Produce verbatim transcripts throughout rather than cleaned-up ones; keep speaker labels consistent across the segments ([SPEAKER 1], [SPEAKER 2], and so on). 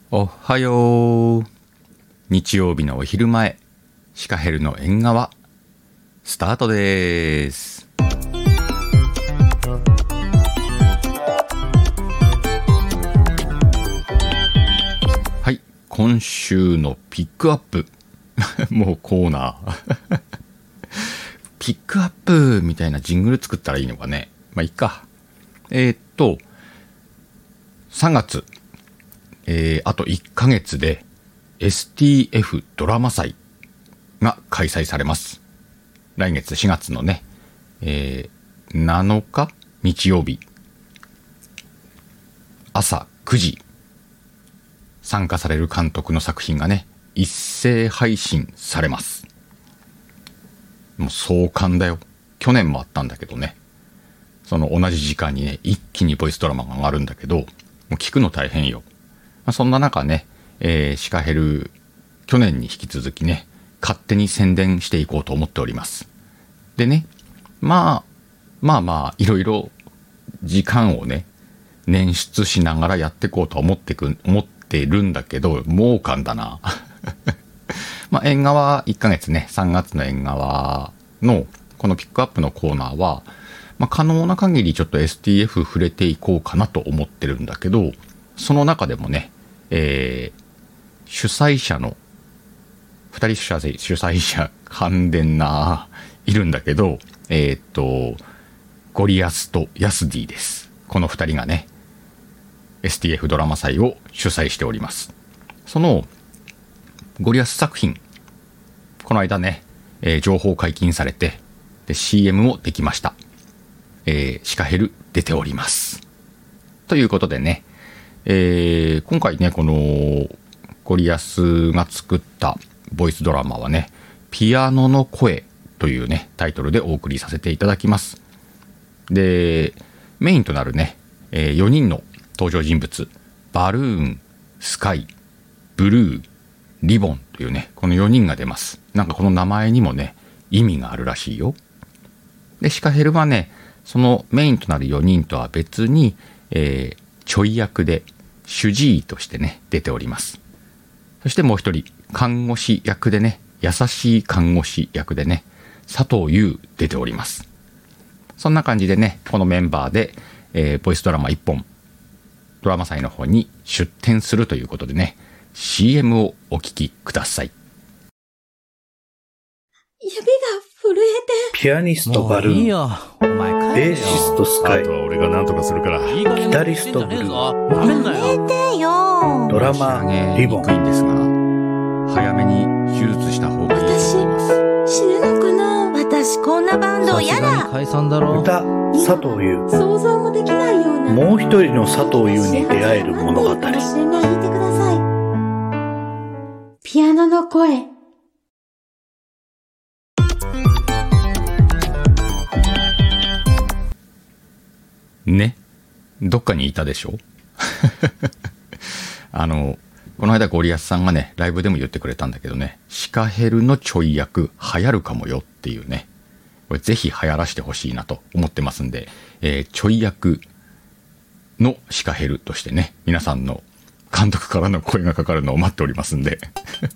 [SPEAKER 1] おはよう。日曜日のお昼前、シカヘルの縁側スタートです。はい、今週のピックアップもうコーナーピックアップみたいなジングル作ったらいいのかね。まあいいか。えー、っとさんがつ、えー、あといっかげつで エスティーエフ ドラマ祭が開催されます。来月しがつのね、えー、なのか日曜日朝くじ、参加される監督の作品がね一斉配信されます。もう壮観だよ。去年もあったんだけどね、その同じ時間にね一気にボイスドラマが上がるんだけど、もう聞くの大変よ。まあ、そんな中ね、えー、シカヘル去年に引き続きね勝手に宣伝していこうと思っております。でね、まあまあまあいろいろ時間をね捻出しながらやっていこうと思ってく思ってるんだけど、もう勘だなまあ縁側いっかげつね、さんがつの縁側のこのピックアップのコーナーは、まあ、可能な限りちょっと エスティーエフ 触れていこうかなと思ってるんだけど、その中でもね、えー、主催者のふたり主催主催者関連ないるんだけど、えー、っとゴリアスとヤスディです。このふたりがね エスティーエフ ドラマ祭を主催しております。そのゴリアス作品、この間ね、えー、情報解禁されて、で シーエム もできました。えー、シカヘル出ておりますということでね、えー、今回ねこのゴリアスが作ったボイスドラマはねピアノの声というねタイトルでお送りさせていただきます。でメインとなるね、えー、よにんの登場人物、バルーン、スカイ、ブルー、リボンというねこのよにんが出ます。なんかこの名前にもね意味があるらしいよ。でシカヘルはねそのメインとなるよにんとは別に、えー、ちょい役で主治医としてね出ております。そしてもう一人看護師役でね、優しい看護師役でね佐藤優出ております。そんな感じでねこのメンバーで、えー、ボイスドラマいっぽんドラマ祭の方に出展するということでね シーエム をお聞きください。
[SPEAKER 2] 指が震えて。
[SPEAKER 3] ピアニストバルーン、
[SPEAKER 4] いいよお前帰れよ。
[SPEAKER 3] ベーシストスカイ、
[SPEAKER 5] あとは俺が何とかするから。
[SPEAKER 3] ギタリストブルー、
[SPEAKER 4] なめんなよ。
[SPEAKER 2] やめてよ。
[SPEAKER 3] ドラマリボン。
[SPEAKER 1] 低いんですが早めに手術した方がいいと思います。
[SPEAKER 2] 死ぬのかな。私こんなバンドやだ。
[SPEAKER 4] 解散だろ。
[SPEAKER 3] 歌佐藤優、
[SPEAKER 2] 想像もできないような。
[SPEAKER 3] もう一人の佐藤優に出会える物語。
[SPEAKER 2] 弾いてください。ピアノの声。
[SPEAKER 1] ね、どっかにいたでしょあのこの間ゴリアスさんがねライブでも言ってくれたんだけどね、シカヘルのちょい役流行るかもよっていうね、これぜひ流行らしてほしいなと思ってますんで、えー、ちょい役のシカヘルとしてね皆さんの監督からの声がかかるのを待っておりますんで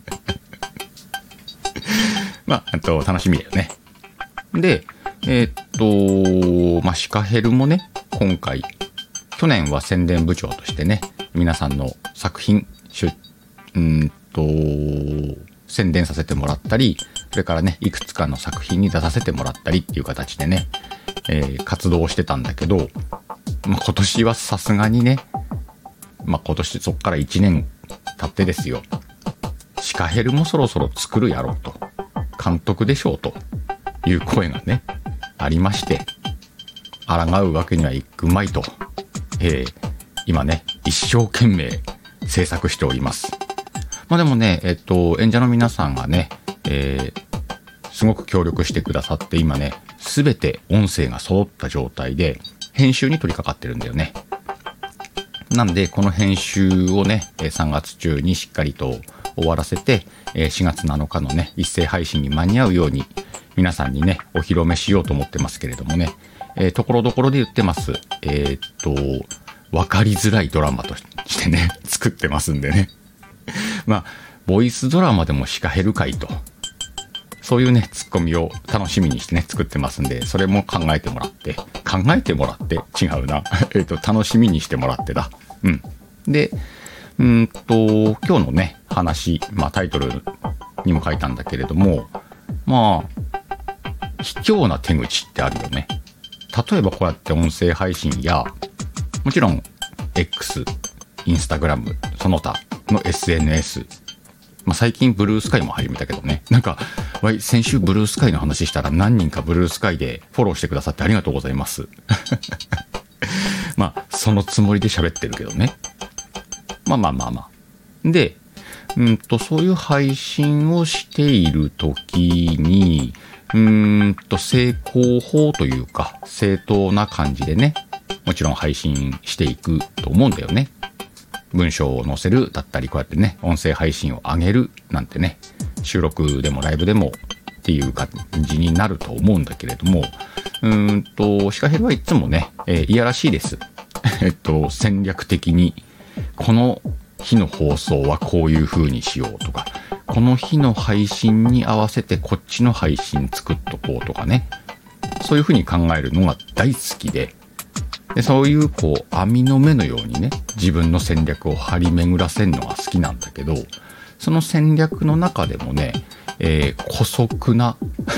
[SPEAKER 1] まあ、あと楽しみだよね。でえー、っとまあシカヘルもね今回去年は宣伝部長としてね皆さんの作品しゅうんと宣伝させてもらったり、それからねいくつかの作品に出させてもらったりっていう形でね、えー、活動をしてたんだけど、まあ、今年はさすがにね、まあ、今年そっからいちねん経ってですよ、シカヘルもそろそろ作るやろうと、監督でしょうという声がねありまして、抗うわけにはいくまいと、えー、今ね一生懸命制作しております。まあでもねえっと演者の皆さんがね、えー、すごく協力してくださって、今ねすべて音声が揃った状態で編集に取り掛かってるんだよね。なんでこの編集をねさんがつ中にしっかりと終わらせて、しがつなのかのね一斉配信に間に合うように皆さんにねお披露目しようと思ってますけれどもね、えー、ところどころで言ってます。えー、っと分かりづらいドラマとしてね作ってますんでねまあ、ボイスドラマでもシカヘルかいと。そういうね、ツッコミを楽しみにしてね、作ってますんで、それも考えてもらって、考えてもらって違うな。えっと、楽しみにしてもらってだ。うん。で、うーんと、今日のね、話、まあタイトルにも書いたんだけれども、まあ、卑怯な手口ってあるよね。例えばこうやって音声配信や、もちろん X、インスタグラム、その他の エスエヌエス、まあ、最近ブルースカイも始めたけどね。なんか、わい先週ブルースカイの話したら何人かブルースカイでフォローしてくださってありがとうございます。まあ、そのつもりで喋ってるけどね。まあまあまあまあ。で、うんと、そういう配信をしているときに、うーんと、成功法というか、正当な感じでね、もちろん配信していくと思うんだよね。文章を載せるだったり、こうやってね、音声配信を上げるなんてね、収録でもライブでもっていう感じになると思うんだけれども、うーんと、シカヘルはいつもね、えー、いやらしいです。えっと、戦略的に、この日の放送はこういう風にしようとか、この日の配信に合わせてこっちの配信作っとこうとかね、そういう風に考えるのが大好きで、でそういうこう網の目のようにね、自分の戦略を張り巡らせるのが好きなんだけど、その戦略の中でもね、えー、姑息な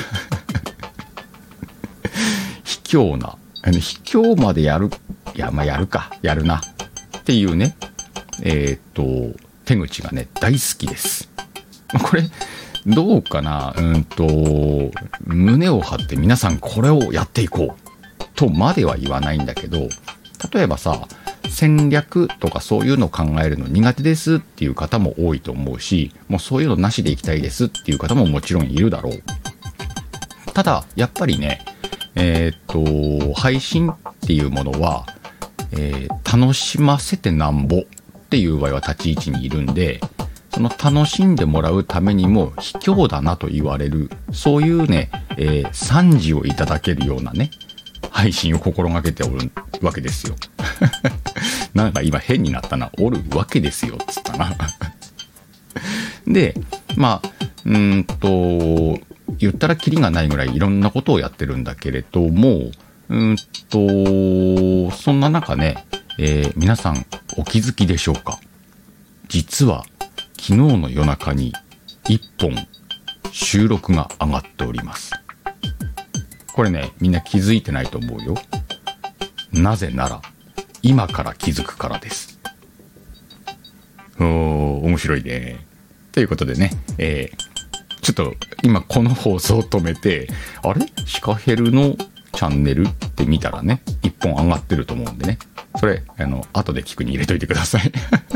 [SPEAKER 1] 卑怯な、卑怯までやる、いやまあやるか、やるなっていうね、えー、っと手口がね大好きです。これどうかな、うんと胸を張って皆さんこれをやっていこうとまでは言わないんだけど、例えばさ、戦略とかそういうのを考えるの苦手ですっていう方も多いと思うし、もうそういうのなしでいきたいですっていう方ももちろんいるだろう。ただやっぱりね、えー、っと配信っていうものは、えー、楽しませてなんぼっていう場合は立ち位置にいるんで、その楽しんでもらうためにも卑怯だなと言われる、そういうね、えー、賛辞をいただけるようなね配信を心がけておるわけですよ。なんか今変になったな、おるわけですよっつったな。で、まあうーんと言ったらキリがないぐらいいろんなことをやってるんだけれども、うーんとそんな中ね、えー、皆さんお気づきでしょうか。実は昨日の夜中にいっぽん収録が上がっております。これね、みんな気づいてないと思うよ。なぜなら今から気づくからです。おー、面白いね。ということでね、えー、ちょっと今この放送を止めて、あれシカヘルのチャンネルって見たらね、いっぽん上がってると思うんでね、それあの後で聞くに入れといてください。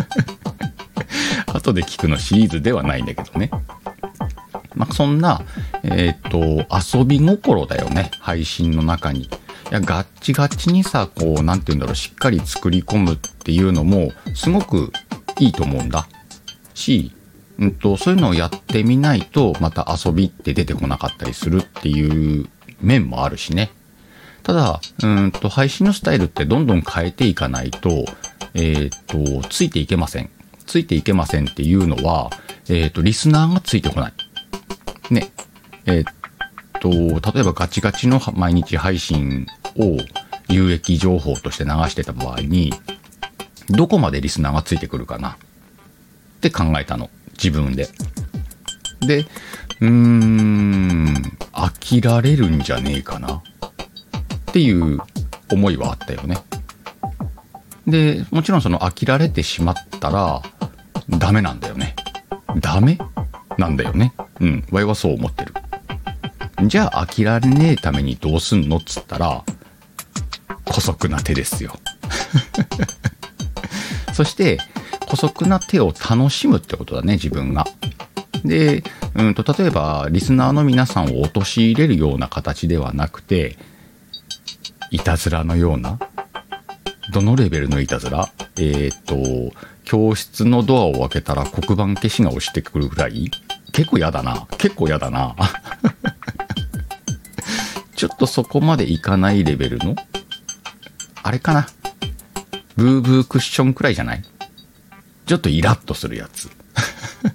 [SPEAKER 1] 後で聞くのシリーズではないんだけどね。まあ、そんな、えっと、遊び心だよね、配信の中に。いや、ガッチガチにさ、こう、なんて言うんだろう、しっかり作り込むっていうのも、すごくいいと思うんだ。し、うんと、そういうのをやってみないと、また遊びって出てこなかったりするっていう面もあるしね。ただ、うんと、配信のスタイルってどんどん変えていかないと、えっと、ついていけません。ついていけませんっていうのは、えっと、リスナーがついてこない。ね。えー、っと、例えばガチガチの毎日配信を有益情報として流してた場合に、どこまでリスナーがついてくるかなって考えたの。自分で。で、うーん、飽きられるんじゃねえかなっていう思いはあったよね。で、もちろんその飽きられてしまったらダメなんだよね。ダメなんだよね。うん、わいはそう思ってる。じゃあ飽きられねえためにどうすんのっつったら、姑息な手ですよ。そして姑息な手を楽しむってことだね、自分が。で、うんと例えばリスナーの皆さんを陥れるような形ではなくて、いたずらのような、どのレベルのいたずら？えっと教室のドアを開けたら黒板消しが押してくるぐらい？結構やだな。結構やだな。ちょっとそこまでいかないレベルのあれかな。ブーブークッションくらいじゃない？ちょっとイラッとするやつ。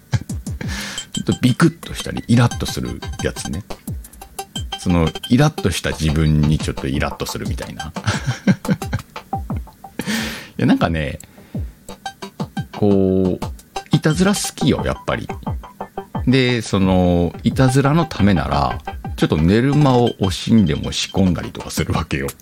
[SPEAKER 1] っとビクッとしたりイラッとするやつね。そのイラッとした自分にちょっとイラッとするみたいな。いやなんかね、こういたずら好きよやっぱり。でそのいたずらのためならちょっと寝る間を惜しんでも仕込んだりとかするわけよ。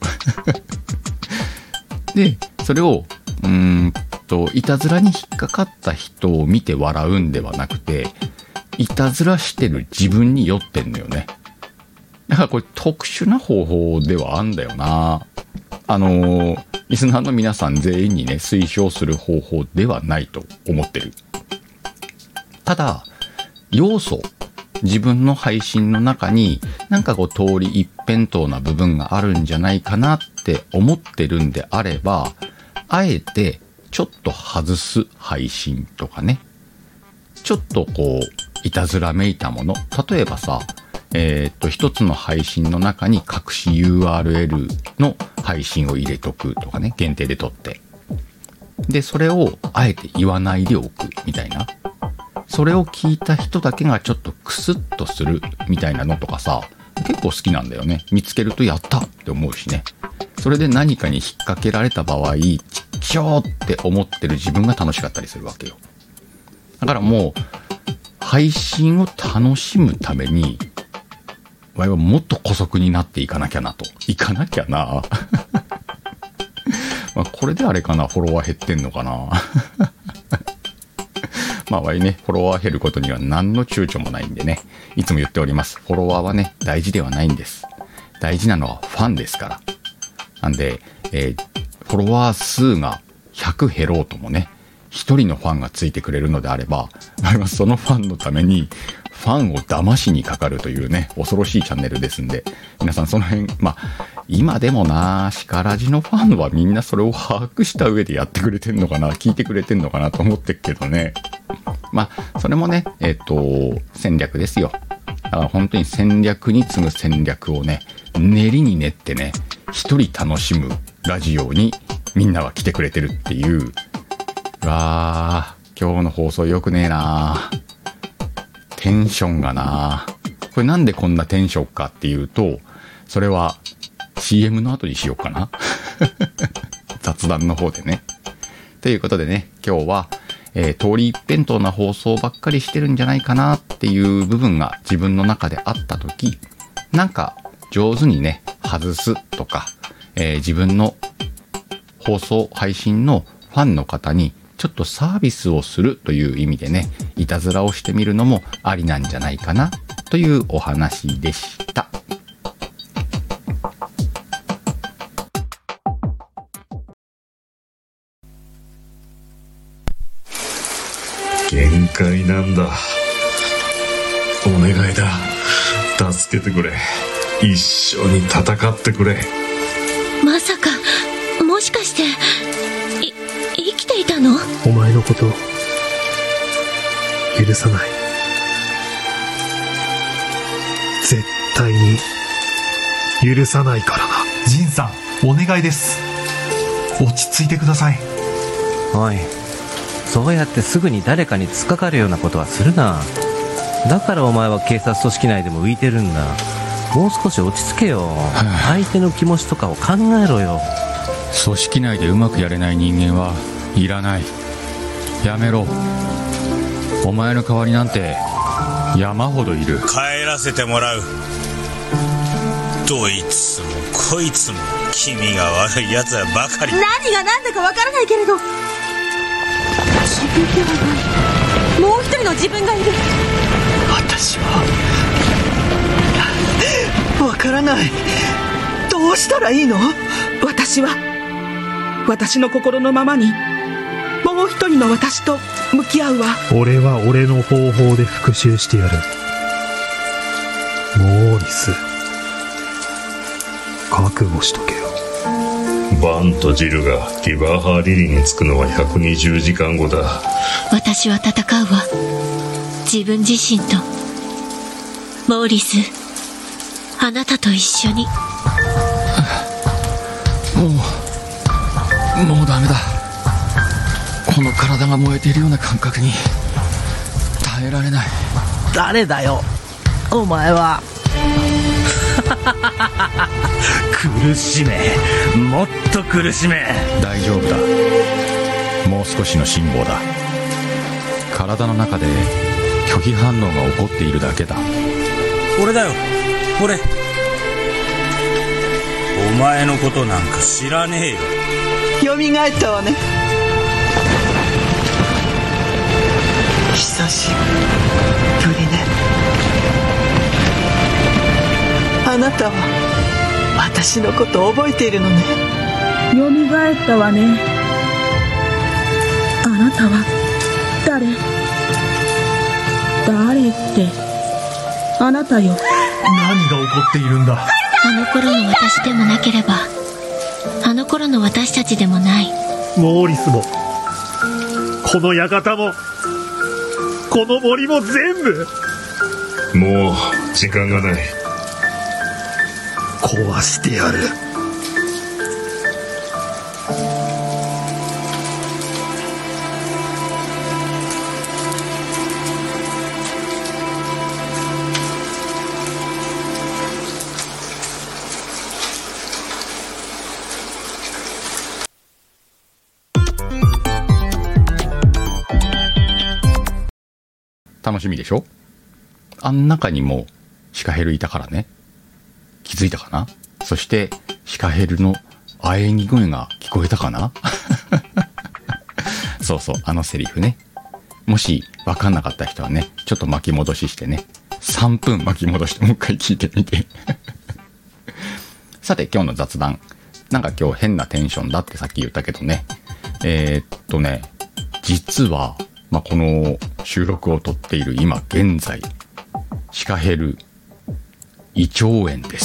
[SPEAKER 1] でそれをうーんといたずらに引っかかった人を見て笑うんではなくて、いたずらしてる自分に酔ってんのよね。だからこれ特殊な方法ではあんだよな。あのリスナーの皆さん全員にね推奨する方法ではないと思ってる。ただ要素、自分の配信の中になんかこう通り一辺倒な部分があるんじゃないかなって思ってるんであれば、あえてちょっと外す配信とかね、ちょっとこういたずらめいたもの、例えばさ、えー、っと一つの配信の中に隠し ユーアールエル の配信を入れとくとかね、限定で撮って、でそれをあえて言わないでおくみたいな、それを聞いた人だけがちょっとクスッとするみたいなのとかさ、結構好きなんだよね。見つけるとやったって思うしね。それで何かに引っ掛けられた場合、ちっちょーって思ってる自分が楽しかったりするわけよ。だからもう配信を楽しむために我々はもっと姑息になっていかなきゃなと。いかなきゃな。まあこれであれかな、フォロワー減ってんのかな。まあ、わいね、フォロワー減ることには何の躊躇もないんでね、いつも言っております。フォロワーはね、大事ではないんです。大事なのはファンですから。なんで、えー、フォロワー数がひゃく減ろうともね、ひとりのファンがついてくれるのであれば、わいはそのファンのために、ファンを騙しにかかるというね、恐ろしいチャンネルですんで、皆さんその辺、まあ、今でもな、シカラジのファンはみんなそれを把握した上でやってくれてんのかな、聞いてくれてんのかなと思ってっけどね。まあ、それもね、えっと、戦略ですよ。だから本当に戦略に次ぐ戦略をね、練りに練ってね、一人楽しむラジオにみんなは来てくれてるっていう。うわー、今日の放送良くねえな。テンションがな。これなんでこんなテンションかっていうと、それは シーエム の後にしようかな。雑談の方でね。ということでね、今日は、えー、通り一辺倒な放送ばっかりしてるんじゃないかなっていう部分が自分の中であったとき、なんか上手にね、外すとか、えー、自分の放送配信のファンの方にちょっとサービスをするという意味でね、いたずらをしてみるのもありなんじゃないかなというお話でした。
[SPEAKER 5] 限界なんだ。お願いだ。助けてくれ。一緒に戦ってくれ。
[SPEAKER 6] まさか、もしかして、い、生きていたの？
[SPEAKER 7] お前のこと許さない。絶対に許さないからな。
[SPEAKER 8] ジンさん、お願いです。落ち着いてください。
[SPEAKER 4] おい、そうやってすぐに誰かに突っかかるようなことはするな。だからお前は警察組織内でも浮いてるんだ。もう少し落ち着けよ。相手の気持ちとかを考えろよ。
[SPEAKER 1] 組織内でうまくやれない人間はいらない。やめろ。お前の代わりなんて山ほどいる。
[SPEAKER 9] 帰らせてもらう。どいつもこいつも気味が悪い奴らばかり。
[SPEAKER 6] 何が何だかわからないけれど、自分ではない、もう一人の自分がいる。
[SPEAKER 10] 私はわからない。どうしたらいいの？
[SPEAKER 11] 私は私の心のままにもう一人の私と向き合うわ。
[SPEAKER 7] 俺は俺の方法で復讐してやる。モーリス、覚悟しとけよ。
[SPEAKER 5] バンとジルがティバーハーリリーに着くのはひゃくにじゅうじかんごだ。
[SPEAKER 6] 私は戦うわ。自分自身と。モーリス、あなたと一緒に。
[SPEAKER 1] もうもうダメだ。この体が燃えているような感覚に耐えられない。
[SPEAKER 4] 誰だよお前は。苦しめ、もっと苦しめ。
[SPEAKER 1] 大丈夫だ、もう少しの辛抱だ。体の中で拒否反応が起こっているだけだ。
[SPEAKER 9] 俺だよ、俺。お前のことなんか知らねえよ。
[SPEAKER 10] 蘇ったわね。久しぶりね。あなたは私のこと覚えているのね。
[SPEAKER 11] 蘇ったわね。あなたは誰？誰ってあなたよ。
[SPEAKER 8] 何が起こっているんだ。
[SPEAKER 6] あの頃の私でもなければ、あの頃の私たちでもない。
[SPEAKER 7] モーリスもこの館もこの森も全部。
[SPEAKER 5] もう時間がない。
[SPEAKER 7] 壊してやる。
[SPEAKER 1] 楽しみでしょ。あん中にもシカヘルいたからね。気づいたかな。そしてシカヘルの喘ぎ声が聞こえたかな。そうそう、あのセリフね。もし分かんなかった人はね、ちょっと巻き戻ししてね、さんぷん巻き戻してもう一回聞いてみて。さて今日の雑談、なんか今日変なテンションだってさっき言ったけどね、えー、っとね実は、まあ、この収録を撮っている今現在、シカヘル胃腸炎です。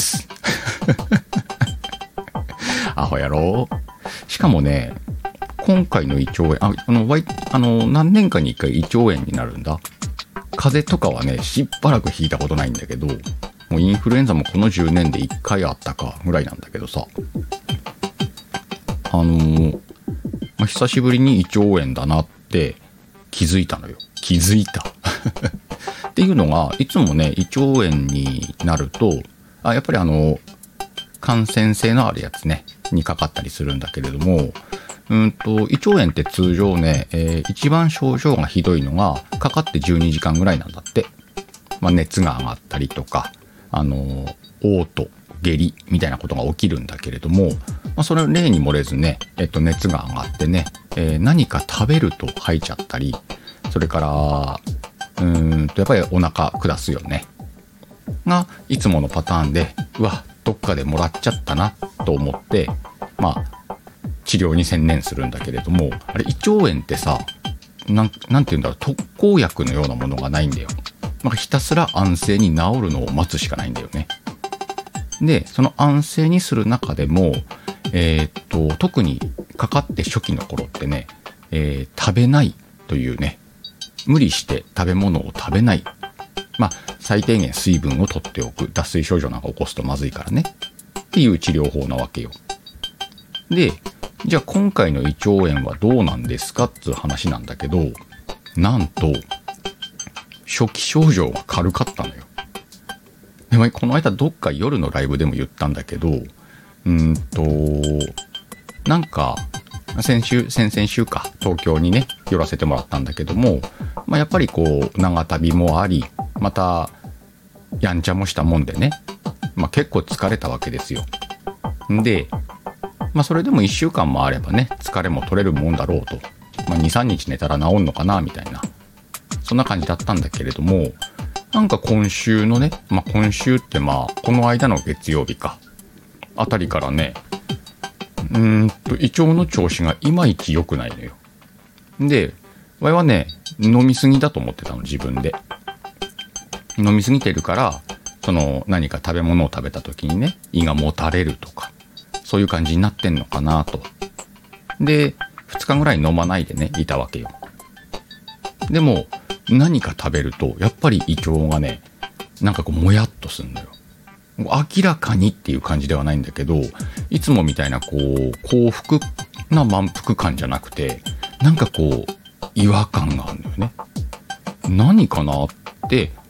[SPEAKER 1] アホやろ。しかもね、今回の胃腸炎、あ、あの、あの何年かに一回胃腸炎になるんだ。風邪とかはね、しばらくひいたことないんだけど、もうインフルエンザもこのじゅうねんでいっかいあったかぐらいなんだけどさ、あのー、まあ、久しぶりに胃腸炎だなって気づいたのよ。気づいた。っていうのが、いつもね、胃腸炎になると、あ、やっぱりあの、感染性のあるやつね、にかかったりするんだけれども、うんと、胃腸炎って通常ね、えー、一番症状がひどいのが、かかってじゅうにじかんぐらいなんだって。まあ、熱が上がったりとか、あの、嘔吐、下痢みたいなことが起きるんだけれども、まあ、それ例に漏れずね、えっと、熱が上がってね、えー、何か食べると吐いちゃったり、それから、うーんと、やっぱりお腹下すよね。が、いつものパターンで、うわ、どっかでもらっちゃったな、と思って、まあ、治療に専念するんだけれども、あれ、胃腸炎ってさ、なん、なんて言うんだろう、特効薬のようなものがないんだよ。まあ、ひたすら安静に治るのを待つしかないんだよね。で、その安静にする中でも、えー、っと、特にかかって初期の頃ってね、えー、食べないというね、無理して食べ物を食べない。まあ、最低限水分を取っておく。脱水症状なんか起こすとまずいからね。っていう治療法なわけよ。で、じゃあ今回の胃腸炎はどうなんですかっていう話なんだけど、なんと、初期症状が軽かったのよ。でもこの間どっか夜のライブでも言ったんだけど、うーんと、なんか、先週、先々週か、東京にね、寄らせてもらったんだけども、まあ、やっぱりこう、長旅もあり、また、やんちゃもしたもんでね、まあ、結構疲れたわけですよ。んで、まあ、それでもいっしゅうかんもあればね、疲れも取れるもんだろうと。まあ、に、さんにち寝たら治んのかな、みたいな。そんな感じだったんだけれども、なんか今週のね、まあ、今週ってまあ、この間の月曜日か、あたりからね、うーんと、胃腸の調子がいまいち良くないのよ。で、わいはね、飲みすぎだと思ってたの、自分で。飲みすぎてるから、その、何か食べ物を食べた時にね、胃がもたれるとか、そういう感じになってんのかなと。で、ふつかぐらい飲まないでね、いたわけよ。でも、何か食べると、やっぱり胃腸がね、なんかこう、もやっとすんのよ。明らかにっていう感じではないんだけど、いつもみたいなこう、幸福な満腹感じゃなくて、なんかこう、違和感があるのよね。何かなって、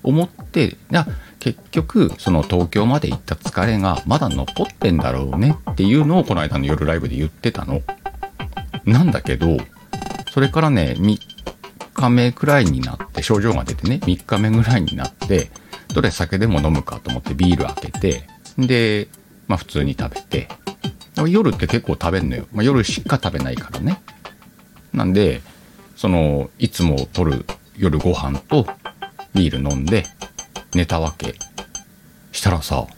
[SPEAKER 1] 思って、いや結局その東京まで行った疲れがまだ残ってんだろうねっていうのをこの間の夜ライブで言ってたのなんだけど、それからねみっかめくらいになって症状が出てね、みっかめぐらいになって、どれ酒でも飲むかと思ってビール開けて、でまあ普通に食べて、夜って結構食べんのよ、まあ、夜しか食べないからね。なんでそのいつもとる夜ご飯とビール飲んで寝たわけ。したらさ、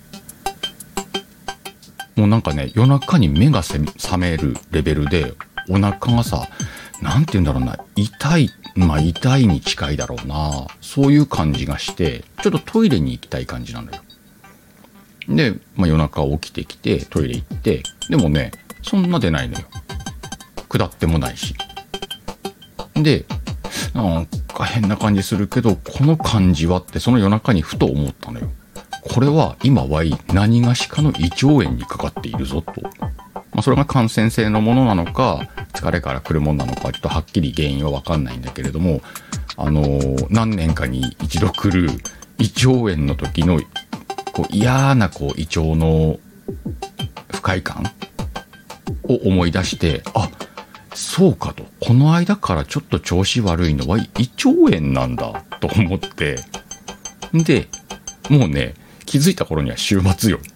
[SPEAKER 1] もうなんかね、夜中に目が覚めるレベルでお腹がさ、なんて言うんだろうな、痛い、まあ痛いに近いだろうな、そういう感じがして、ちょっとトイレに行きたい感じなのよ。で、まあ、夜中起きてきてトイレ行って、でもねそんな出ないのよ。下ってもないし。でなんか変な感じするけど、この感じはってその夜中にふと思ったのよ。これは今はい何がしかの胃腸炎にかかっているぞと。まあ、それが感染性のものなのか疲れから来るものなのかちょっとはっきり原因は分かんないんだけれども、あのー、何年かに一度来る胃腸炎の時のこう嫌なこう胃腸の不快感を思い出して、あ、そうかと、この間からちょっと調子悪いのは胃腸炎なんだと思って、でもうね気づいた頃には週末よ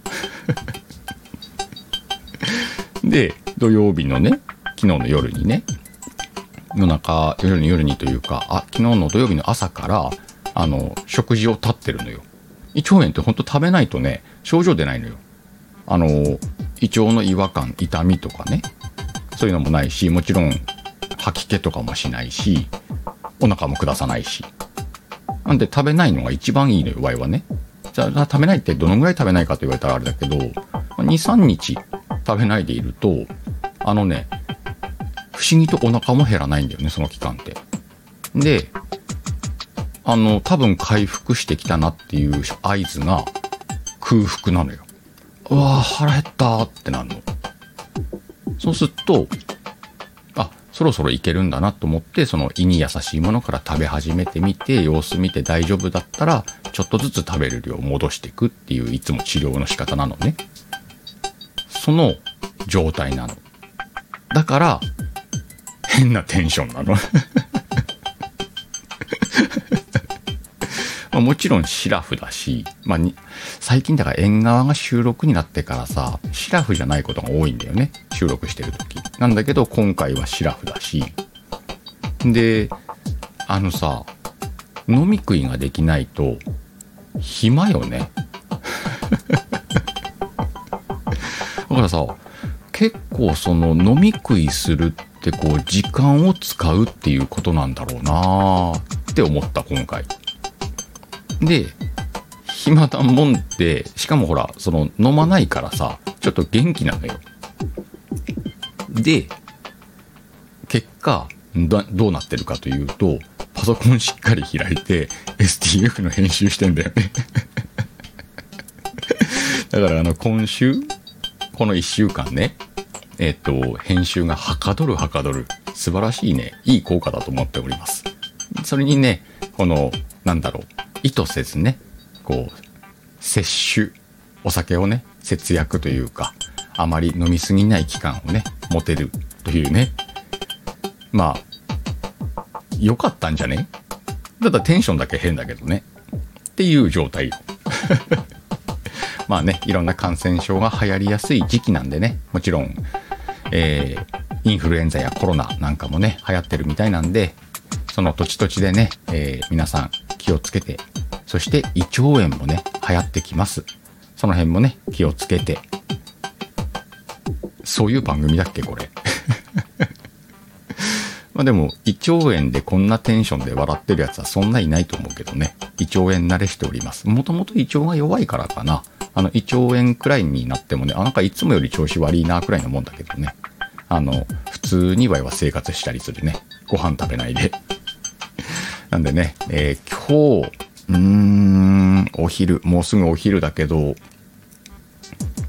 [SPEAKER 1] で土曜日のね、昨日の夜にね、夜中夜の夜にというか、あ昨日の土曜日の朝からあの食事を絶ってるのよ。胃腸炎ってほんと食べないとね症状出ないのよ。あの胃腸の違和感、痛みとかね、そういうのもないし、もちろん吐き気とかもしないし、お腹も下さないし、なんで食べないのが一番いいのよ、ワイはね。じゃあ食べないってどのぐらい食べないかと言われたらあれだけど、に、さんにち食べないでいると、あのね不思議とお腹も減らないんだよね、その期間って。であの多分回復してきたなっていう合図が空腹なのよ。うわー腹減ったーってなるの。そうすると、あ、そろそろいけるんだなと思って、その胃に優しいものから食べ始めてみて、様子見て大丈夫だったらちょっとずつ食べる量を戻していくっていういつも治療の仕方なのね。その状態なの。だから変なテンションなのまあもちろんシラフだし、まあ、に最近だから縁側が収録になってからさ、シラフじゃないことが多いんだよね、収録してる時なんだけど、今回はシラフだし、であのさ、飲み食いができないと暇よねだからさ、結構その飲み食いするってこう時間を使うっていうことなんだろうなって思った今回で。暇なもんって、しかもほらその飲まないからさ、ちょっと元気なのよ。で結果どうなってるかというと、パソコンしっかり開いて エスティーエフ の編集してんだよねだからあの今週このいっしゅうかんね、えっと編集がはかどるはかどる、素晴らしいね、いい効果だと思っております。それにね、このなんだろう、意図せずね、こう摂取、お酒をね節約というか、あまり飲みすぎない期間をね持てるというね、まあ良かったんじゃね。だからテンションだけ変だけどねっていう状態よまあね、いろんな感染症が流行りやすい時期なんでね、もちろん、えー、インフルエンザやコロナなんかもね流行ってるみたいなんで、その土地土地でね、えー、皆さん気をつけて、そして胃腸炎もね流行ってきます。その辺もね気をつけて。そういう番組だっけこれまあでも胃腸炎でこんなテンションで笑ってるやつはそんないないと思うけどね。胃腸炎慣れしております。もともと胃腸が弱いからかな。あの胃腸炎くらいになってもね、あなんかいつもより調子悪いなくらいのもんだけどね、あの普通には生活したりするね、ご飯食べないでなんでね、えー、今日うーんお昼、もうすぐお昼だけど、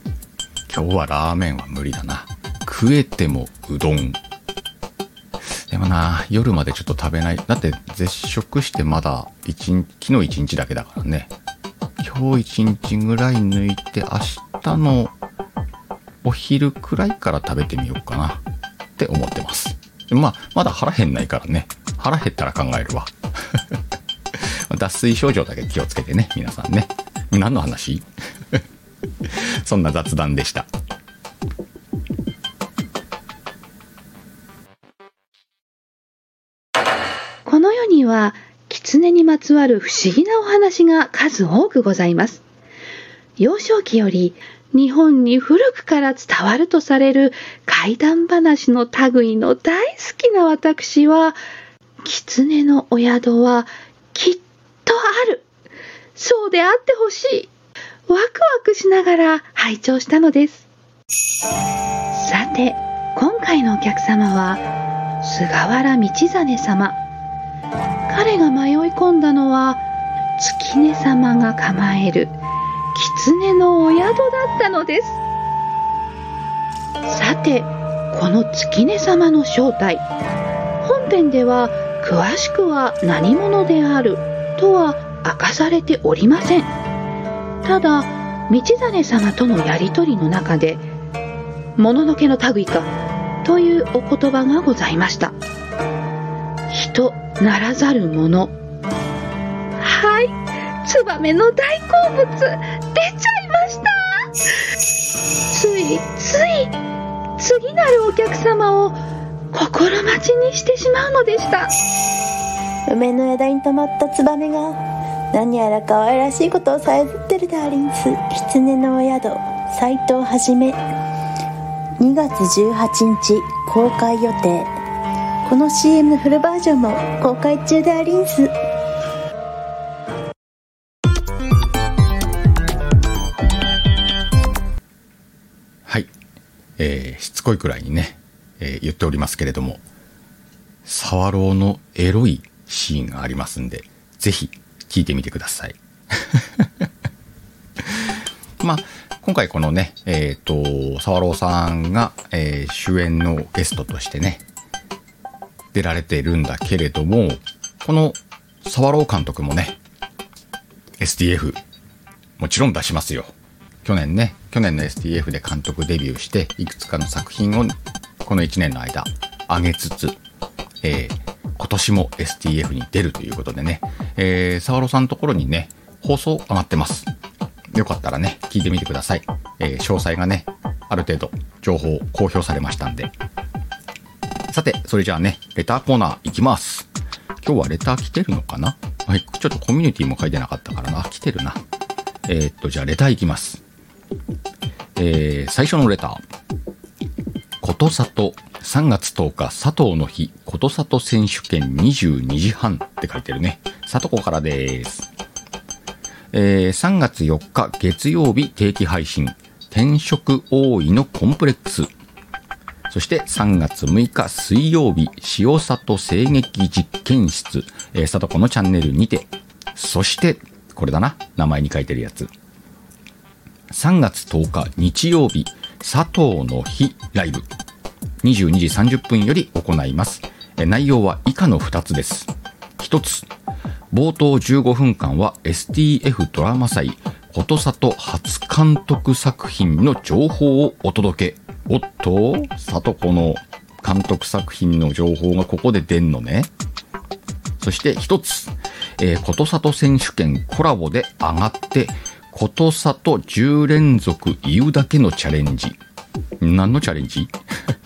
[SPEAKER 1] 今日はラーメンは無理だな。食えてもうどん。 でもな、夜までちょっと食べない。だって絶食してまだ一日、昨日一日だけだからね。今日一日ぐらい抜いて明日のお昼くらいから食べてみようかなって思ってます。まあ、まだ腹減んないからね。腹減ったら考えるわ。脱水症状だけ気をつけてね、皆さんね。何の話？そんな雑談でした。
[SPEAKER 12] この世には狐にまつわる不思議なお話が数多くございます。幼少期より日本に古くから伝わるとされる怪談話の類の大好きな私は、狐のお宿はきっとある、そうであってほしい、ワクワクしながら拝聴したのです。さて、今回のお客様は菅原道真様。彼が迷い込んだのは月音様が構える狐のお宿だったのです。さて、この月音様の正体、本編では詳しくは何者であるとは明かされておりません。ただ、道真様とのやりとりの中で、もののけの類かというお言葉がございました。人ならざるもの。はい、ツバメの大好物出ちゃいました。ついつい次なるお客様を心待ちにしてしまうのでした。
[SPEAKER 2] 梅の枝に止まったツバメが何やら可愛らしいことをさえずってるダーリンス。狐のお宿斎藤はじめ、にがつじゅうはちにち公開予定。この シーエム のフルバージョンも公開中でありんす。
[SPEAKER 1] はい、えー、しつこいくらいにね、えー、言っておりますけれども、サワローのエロいシーンがありますんで、ぜひ聞いてみてください。まあ今回このね、えっとサワローさんが、えー、主演のゲストとしてね出られているんだけれども、このサワロー監督もね エスティーエフ もちろん出しますよ。去年ね、去年の エスティーエフ で監督デビューしていくつかの作品をこのいちねんの間上げつつ、えー、今年も エスティーエフ に出るということでね、えー、サワローさんのところにね放送上がってます。よかったらね聞いてみてください。えー、詳細がねある程度情報公表されましたんで。さて、それじゃあね、レターコーナー行きます。今日はレター来てるのかな？はい、ちょっとコミュニティも書いてなかったからな。来てるな。えー、っと、じゃあレター行きます。えー、最初のレター。ことさとさんがつとおか佐藤の日、ことさと選手権にじゅうにじはんって書いてるね。さとこからです。えー、さんがつよっか月曜日定期配信、転職多いのコンプレックス。そしてさんがつむいか水曜日、塩里声劇実験室、えー、さとこのチャンネルにて。そして、これだな、名前に書いてるやつ。さんがつとおか日曜日、佐藤の日ライブ。にじゅうにじさんじゅっぷんより行います。えー、内容は以下のふたつです。ひとつ、冒頭じゅうごふんかんは エスティーエフ ドラマ祭、ことさと初監督作品の情報をお届け。おっと、さとこの監督作品の情報がここで出んのね。そして一つ、えー、ことさと選手権コラボで上がって、ことさとじゅうれんぞく言うだけのチャレンジ。何のチャレンジ？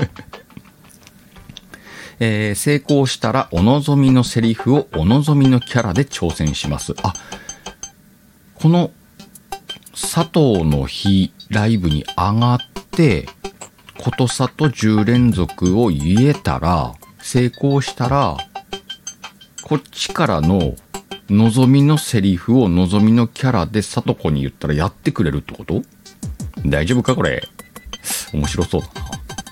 [SPEAKER 1] えー、成功したらお望みのセリフをお望みのキャラで挑戦します。あ、この佐藤の日ライブに上がって、ことさとじゅうれんぞくを言えたら、成功したら、こっちからの望みのセリフを望みのキャラでさとこに言ったらやってくれるってこと？大丈夫かこれ？面白そうだな。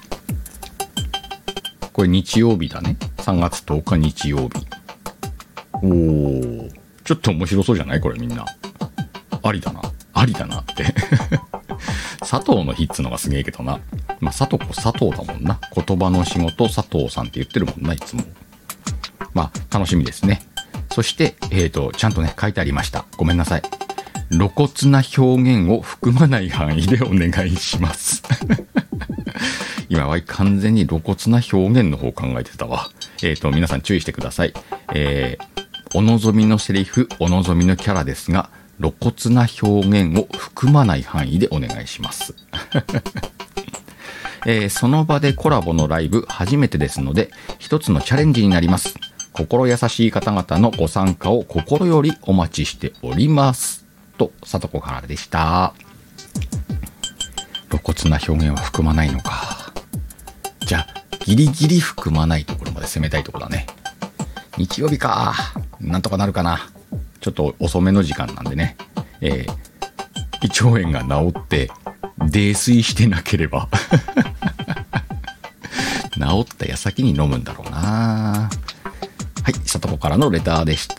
[SPEAKER 1] これ日曜日だね。さんがつとおか日曜日。おー、ちょっと面白そうじゃないこれみんな。ありだな。ありだなって。佐藤の日っつのがすげえけどな。 まあ、さとこ佐藤だもんな。言葉の仕事佐藤さんって言ってるもんな、いつも。まあ、楽しみですね。そして、えっと、ちゃんとね、書いてありました。ごめんなさい。露骨な表現を含まない範囲でお願いします。今は完全に露骨な表現の方を考えてたわ。えっと、皆さん注意してください。えー、お望みのセリフ、お望みのキャラですが、露骨な表現を含まない範囲でお願いします。えー、その場でコラボのライブ初めてですので、一つのチャレンジになります。心優しい方々のご参加を心よりお待ちしております。と、さとこからでした。露骨な表現は含まないのか。じゃあ、ギリギリ含まないところまで攻めたいところだね。日曜日か。なんとかなるかな。ちょっと遅めの時間なんでね。えー、胃腸炎が治って、泥酔してなければ。治った矢先に飲むんだろうな。はい、さとこからのレターでした。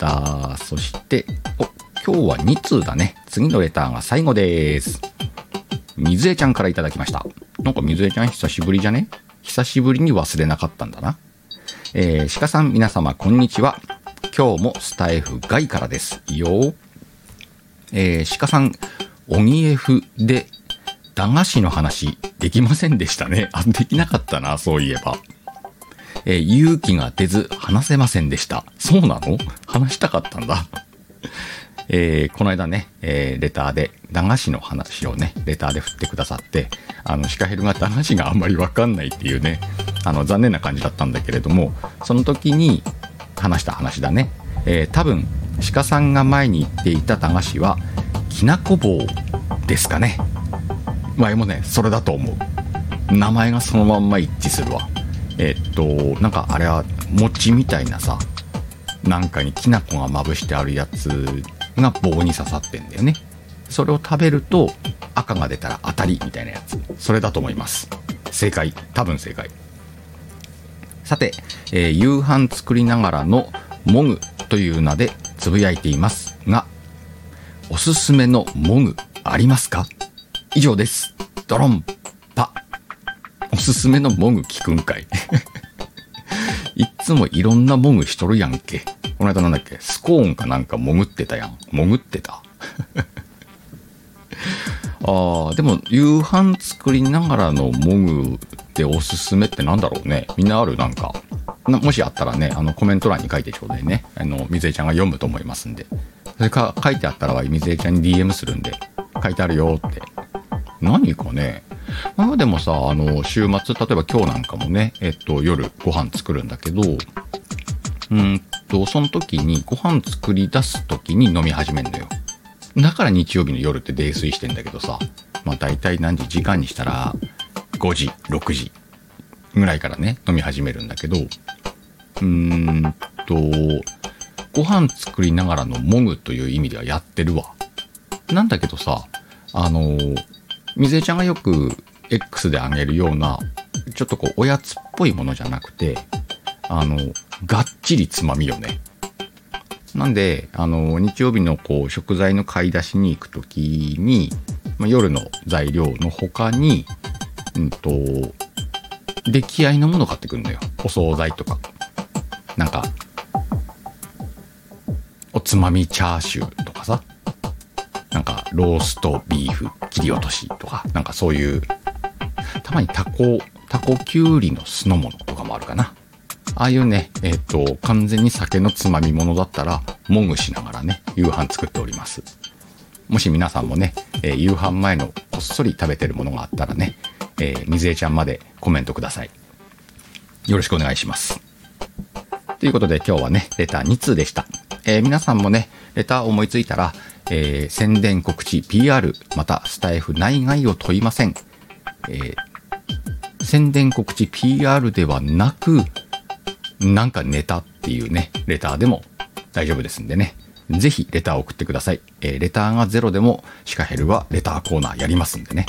[SPEAKER 1] そして、お、今日はに通だね。次のレターが最後です。水江ちゃんからいただきました。なんか水江ちゃん久しぶりじゃね？久しぶりに忘れなかったんだな。えー、鹿さん皆様こんにちは。今日もスタイフ外からですよ。えー、鹿さん、鬼 F で駄菓子の話できませんでしたね。あ、できなかったな、そういえば。えー、勇気が出ず話せませんでした。そうなの？話したかったんだ。えー、この間ね、えー、レターで駄菓子の話をね、レターで振ってくださって、あの、シカヘルが駄菓子があんまりわかんないっていうね、あの、残念な感じだったんだけれども、その時に話した話だね。えー、多分、鹿さんが前に言っていた駄菓子は、きなこ棒ですかね。前もね、それだと思う。名前がそのまんま一致するわ。えー、っと、なんかあれは餅みたいなさ、なんかにきな粉がまぶしてあるやつが棒に刺さってんだよね。それを食べると赤が出たら当たりみたいなやつ。それだと思います。正解。多分正解。さて、えー、夕飯作りながらのもぐという名でつぶやいていますが、おすすめのもぐありますか？以上です。ドロンパ。おすすめのもぐ聞くんかい。いっつもいろんなもぐしとるやんけ。この間なんだっけ、スコーンかなんかもぐってたやん。もぐってた。ああ、でも夕飯作りながらのもぐでおすすめってなんだろうね。みんなある？なんかな、もしあったらね、あのコメント欄に書いてちょうだいね。あの水江ちゃんが読むと思いますんで。それか書いてあったら水江ちゃんに ディーエム するんで、書いてあるよって。何かね。まあでもさ、あの週末、例えば今日なんかもね、えっと夜ご飯作るんだけど、うんとその時にご飯作り出す時に飲み始めるんだよ。だから日曜日の夜って泥酔してんだけどさ、まあ大体何時、時間にしたらごじ、ろくじぐらいからね飲み始めるんだけど、うーんとご飯作りながらのもぐという意味ではやってるわ。なんだけどさ、あの水江ちゃんがよく X であげるようなちょっとこうおやつっぽいものじゃなくて、あのがっちりつまみよね。なんであの日曜日のこう食材の買い出しに行くときに、まあ、夜の材料の他にうんと出来合いのもの買ってくるんだよ。お惣菜とかなんかおつまみチャーシューとかさ、なんかローストビーフ切り落としとか、なんかそういう、たまにタコタコきゅうりの酢の物とかもあるかな。ああいうね、えっと完全に酒のつまみ物だったらもぐしながらね夕飯作っております。もし皆さんもね、えー、夕飯前のこっそり食べてるものがあったらね、えー、水江ちゃんまでコメントください。よろしくお願いします。ということで今日はねレターに通でした。えー、皆さんもねレター思いついたら、えー、宣伝告知 ピーアール またスタイフ内外を問いません。えー、宣伝告知 ピーアール ではなくなんかネタっていうねレターでも大丈夫ですんでね、ぜひレターを送ってください。えー、レターがゼロでもシカヘルはレターコーナーやりますんでね。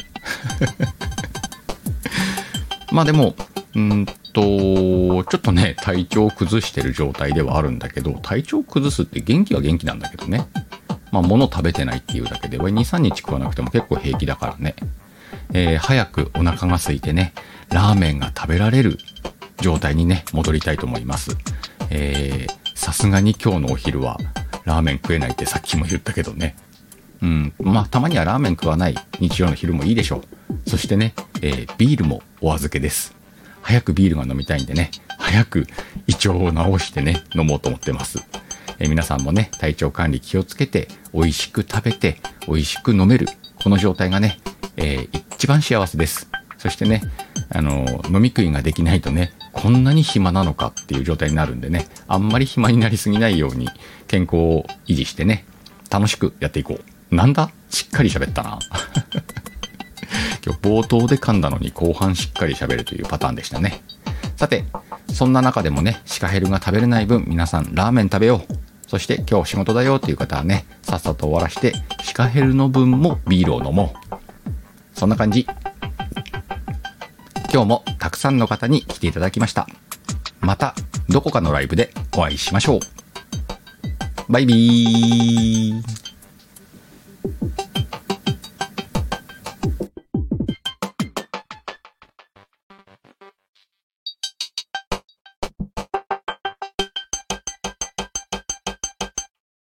[SPEAKER 1] まあでもうんとちょっとね体調を崩してる状態ではあるんだけど、体調を崩すって元気は元気なんだけどね、まあ物食べてないっていうだけでに、さんにち食わなくても結構平気だからね。 えー、早くお腹が空いてね、ラーメンが食べられる状態にね、戻りたいと思います。えー、さすがに今日のお昼はラーメン食えないってさっきも言ったけどね。うん、まあたまにはラーメン食わない日曜の昼もいいでしょう。そしてね、えー、ビールもお預けです。早くビールが飲みたいんでね、早く胃腸を治してね、飲もうと思ってます。えー、皆さんもね、体調管理気をつけて、美味しく食べて、美味しく飲める、この状態がね、えー、一番幸せです。そしてね、あのー、飲み食いができないとね、こんなに暇なのかっていう状態になるんでね、あんまり暇になりすぎないように健康を維持してね、楽しくやっていこう。なんだ？しっかり喋ったな。今日冒頭で噛んだのに後半しっかり喋るというパターンでしたね。さて、そんな中でもね、シカヘルが食べれない分、皆さんラーメン食べよう。そして今日仕事だよっていう方はね、さっさと終わらして、シカヘルの分もビールを飲もう。そんな感じ。今日もたくさんの方に来ていただきました。またどこかのライブでお会いしましょう。バイビー。